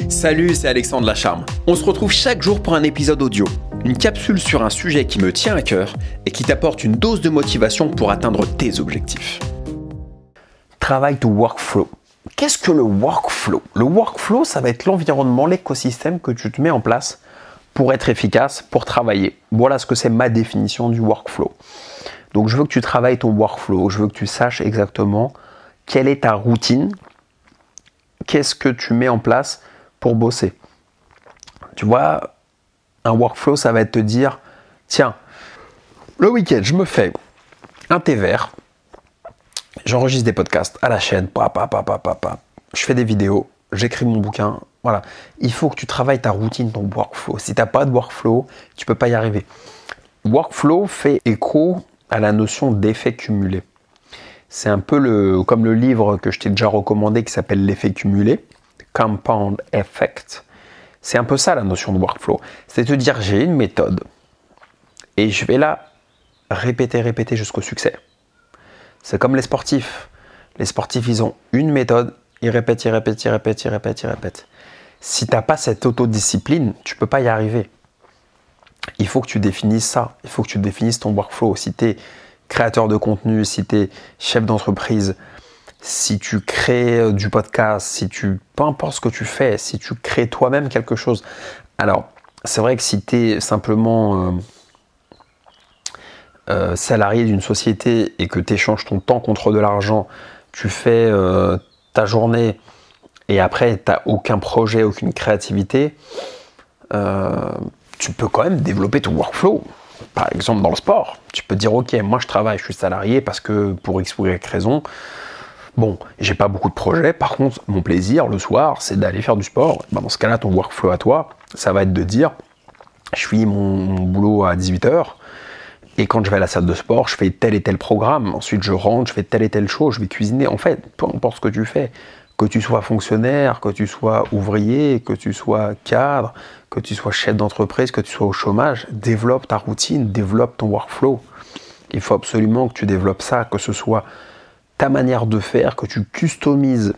Salut, c'est Alexandre Lacharme. On se retrouve chaque jour pour un épisode audio. Une capsule sur un sujet qui me tient à cœur et qui t'apporte une dose de motivation pour atteindre tes objectifs. Travail to workflow. Qu'est-ce que le workflow ? Le workflow, ça va être l'environnement, l'écosystème que tu te mets en place pour être efficace, pour travailler. Voilà ce que c'est ma définition du workflow. Donc je veux que tu travailles ton workflow, je veux que tu saches exactement quelle est ta routine, qu'est-ce que tu mets en place pour bosser. Tu vois, un workflow, ça va être te dire, tiens, le week-end, je me fais un thé vert, j'enregistre des podcasts à la chaîne, je fais des vidéos, j'écris mon bouquin, voilà. Il faut que tu travailles ta routine, ton workflow. Si tu n'as pas de workflow, tu ne peux pas y arriver. Workflow fait écho à la notion d'effet cumulé. C'est un peu comme le livre que je t'ai déjà recommandé qui s'appelle L'effet cumulé, Compound Effect. C'est un peu ça la notion de workflow. C'est te dire j'ai une méthode et je vais la répéter jusqu'au succès. C'est comme les sportifs. Les sportifs, ils ont une méthode, ils répètent. Si tu n'as pas cette autodiscipline, tu ne peux pas y arriver. Il faut que tu définisses ça. Il faut que tu définisses ton workflow. Si tu es créateur de contenu, si tu es chef d'entreprise, si tu crées du podcast, peu importe ce que tu fais, si tu crées toi-même quelque chose. Alors, c'est vrai que si tu es simplement salarié d'une société et que tu échanges ton temps contre de l'argent, tu fais ta journée et après tu n'as aucun projet, aucune créativité, tu peux quand même développer ton workflow. Par exemple, dans le sport, tu peux dire ok, moi je travaille, je suis salarié parce que pour X ou Y raison, bon, j'ai pas beaucoup de projets. Par contre, mon plaisir le soir, c'est d'aller faire du sport. Dans ce cas-là, ton workflow à toi, ça va être de dire je finis mon boulot à 18h et quand je vais à la salle de sport, je fais tel et tel programme. Ensuite, je rentre, je fais telle et telle chose, je vais cuisiner. En fait, peu importe ce que tu fais, que tu sois fonctionnaire, que tu sois ouvrier, que tu sois cadre, que tu sois chef d'entreprise, que tu sois au chômage, développe ta routine, développe ton workflow. Il faut absolument que tu développes ça, que ce soit ta manière de faire, que tu customises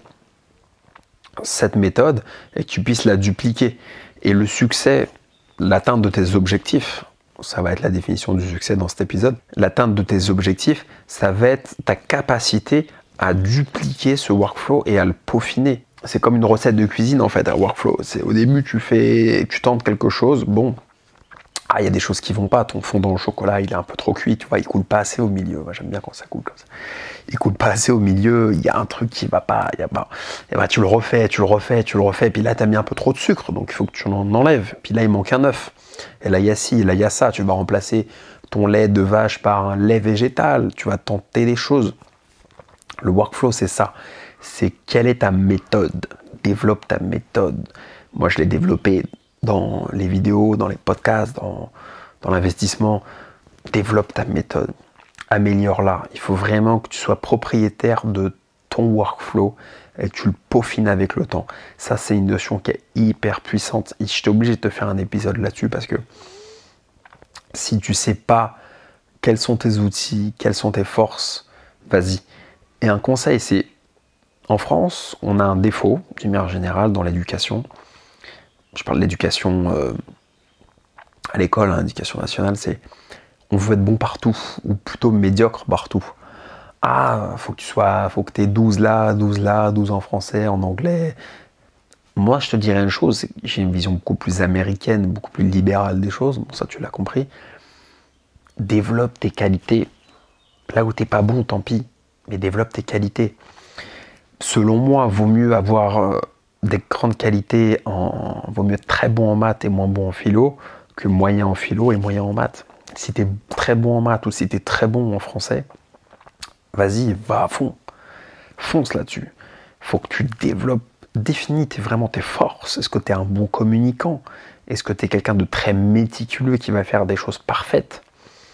cette méthode et que tu puisses la dupliquer. Et le succès, l'atteinte de tes objectifs, ça va être la définition du succès dans cet épisode, l'atteinte de tes objectifs, ça va être ta capacité à dupliquer ce workflow et à le peaufiner. C'est comme une recette de cuisine en fait, un workflow. C'est au début tu tentes quelque chose, bon, il y a des choses qui vont pas, ton fondant au chocolat il est un peu trop cuit, tu vois, il coule pas assez au milieu. Moi, j'aime bien quand ça coule comme ça. Il coule pas assez au milieu, il y a un truc qui va pas, tu le refais, et puis là tu as mis un peu trop de sucre, donc il faut que tu en enlèves. Puis là il manque un œuf, et là il y a ci, et là il y a ça, tu vas remplacer ton lait de vache par un lait végétal, tu vas tenter des choses. Le workflow, c'est ça. C'est quelle est ta méthode. Développe ta méthode. Moi, je l'ai développée dans les vidéos, dans les podcasts, dans l'investissement. Développe ta méthode. Améliore-la. Il faut vraiment que tu sois propriétaire de ton workflow et que tu le peaufines avec le temps. Ça, c'est une notion qui est hyper puissante. Et j'étais obligé de te faire un épisode là-dessus parce que si tu ne sais pas quels sont tes outils, quelles sont tes forces, vas-y. Et un conseil, c'est, en France, on a un défaut, d'une manière générale, dans l'éducation. Je parle de l'éducation à l'école, l'éducation nationale, c'est on veut être bon partout, ou plutôt médiocre partout. Faut que tu aies 12 là, 12 en français, en anglais. Moi, je te dirais une chose, c'est que j'ai une vision beaucoup plus américaine, beaucoup plus libérale des choses. Bon, ça, tu l'as compris. Développe tes qualités. Là où t'es pas bon, tant pis. Mais développe tes qualités. Selon moi, vaut mieux avoir des grandes qualités, vaut mieux être très bon en maths et moins bon en philo que moyen en philo et moyen en maths. Si tu es très bon en maths ou si tu es très bon en français, vas-y, va à fond. Fonce là-dessus. Il faut que tu développes, définis vraiment tes forces. Est-ce que tu es un bon communicant ? Est-ce que tu es quelqu'un de très méticuleux qui va faire des choses parfaites ?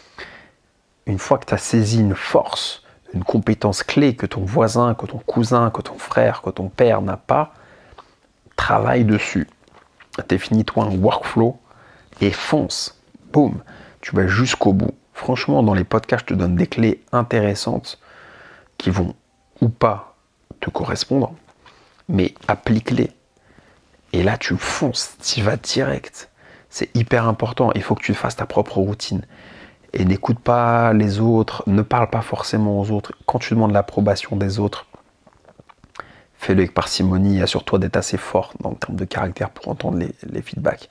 Une fois que tu as saisi une force, une compétence clé que ton voisin, que ton cousin, que ton frère, que ton père n'a pas, travaille dessus. Définis-toi un workflow et fonce. Boum, tu vas jusqu'au bout. Franchement, dans les podcasts, je te donne des clés intéressantes qui vont ou pas te correspondre, mais applique-les. Et là, tu fonces, tu y vas direct. C'est hyper important. Il faut que tu fasses ta propre routine. Et n'écoute pas les autres, ne parle pas forcément aux autres. Quand tu demandes l'approbation des autres, fais-le avec parcimonie. Assure-toi d'être assez fort en termes de caractère pour entendre les feedbacks.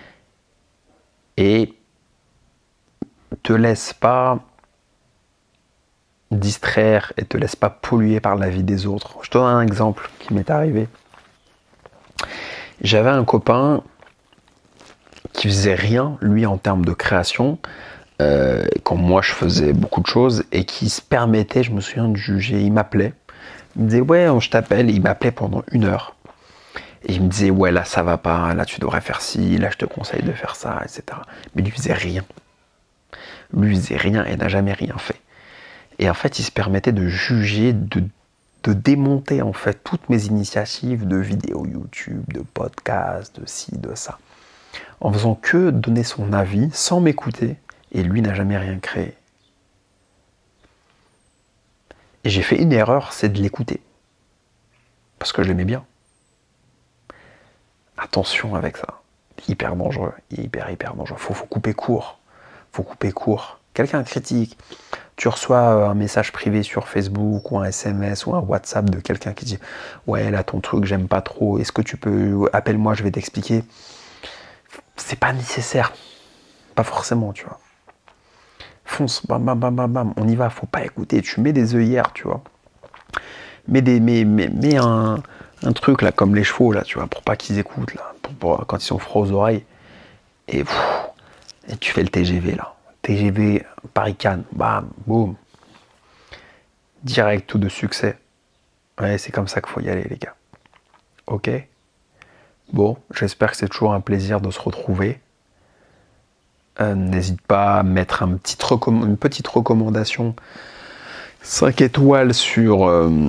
Et te laisse pas distraire et te laisse pas polluer par la vie des autres. Je te donne un exemple qui m'est arrivé. J'avais un copain qui faisait rien, lui, en termes de création, quand moi je faisais beaucoup de choses, et qui se permettait, je me souviens, de juger. Il m'appelait, il me disait ouais, je t'appelle, et il m'appelait pendant 1 heure. Et il me disait ouais, là ça va pas, là tu devrais faire ci, là je te conseille de faire ça, etc. Mais lui faisait rien. Lui faisait rien et n'a jamais rien fait. Et en fait, il se permettait de juger, de démonter en fait toutes mes initiatives de vidéos YouTube, de podcasts, de ci, de ça, en faisant que donner son avis sans m'écouter, et lui n'a jamais rien créé. Et j'ai fait une erreur, c'est de l'écouter, parce que je l'aimais bien. Attention avec ça, hyper dangereux, hyper dangereux. Faut couper court, Quelqu'un critique, tu reçois un message privé sur Facebook ou un SMS ou un WhatsApp de quelqu'un qui dit ouais, là ton truc j'aime pas trop, est-ce que tu peux, appelle-moi, je vais t'expliquer. C'est pas nécessaire, pas forcément, tu vois. Fonce, bam, on y va, faut pas écouter, tu mets des œillères, tu vois. Mets un truc là comme les chevaux là, tu vois, pour pas qu'ils écoutent là, pour quand ils sont froids aux oreilles. Et tu fais le TGV là. TGV Paris-Cannes, bam, boum. Direct, tout de succès. Ouais, c'est comme ça qu'il faut y aller, les gars. Ok ? Bon, j'espère que c'est toujours un plaisir de se retrouver. N'hésite pas à mettre une petite recommandation 5 étoiles sur...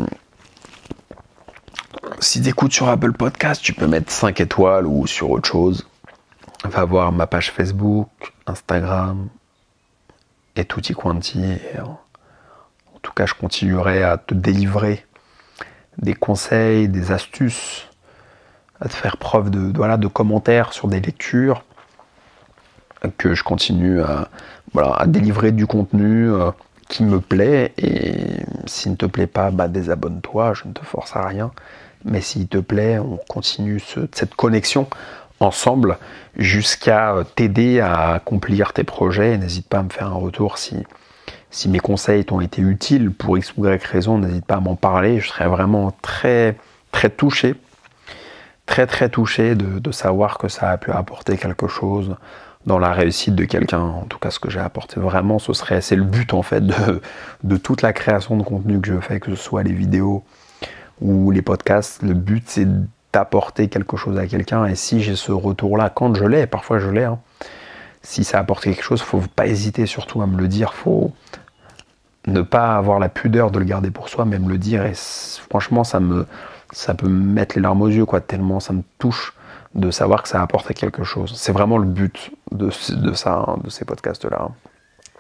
si tu écoutes sur Apple Podcast, tu peux mettre 5 étoiles ou sur autre chose. Va voir ma page Facebook, Instagram, et tutti quanti. Et en tout cas, je continuerai à te délivrer des conseils, des astuces, à te faire preuve de commentaires sur des lectures, que je continue à délivrer du contenu qui me plaît. Et s'il ne te plaît pas, désabonne-toi, je ne te force à rien. Mais s'il te plaît, on continue cette connexion ensemble jusqu'à t'aider à accomplir tes projets. Et n'hésite pas à me faire un retour si mes conseils t'ont été utiles pour X ou Y raison. N'hésite pas à m'en parler. Je serais vraiment très, très touché, très touché de savoir que ça a pu apporter quelque chose dans la réussite de quelqu'un. En tout cas, ce que j'ai apporté vraiment, c'est le but en fait de toute la création de contenu que je fais, que ce soit les vidéos ou les podcasts. Le but, c'est d'apporter quelque chose à quelqu'un. Et si j'ai ce retour-là, quand je l'ai, parfois je l'ai, si ça apporte quelque chose, faut pas hésiter surtout à me le dire. Faut ne pas avoir la pudeur de le garder pour soi, mais me le dire. Et franchement, ça peut me mettre les larmes aux yeux, quoi, tellement ça me touche de savoir que ça a apporté quelque chose. C'est vraiment le but de ces podcasts-là. Ok ?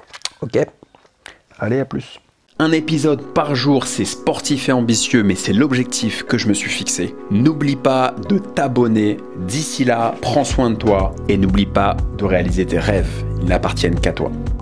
Allez, à plus. Un épisode par jour, c'est sportif et ambitieux, mais c'est l'objectif que je me suis fixé. N'oublie pas de t'abonner. D'ici là, prends soin de toi et n'oublie pas de réaliser tes rêves. Ils n'appartiennent qu'à toi.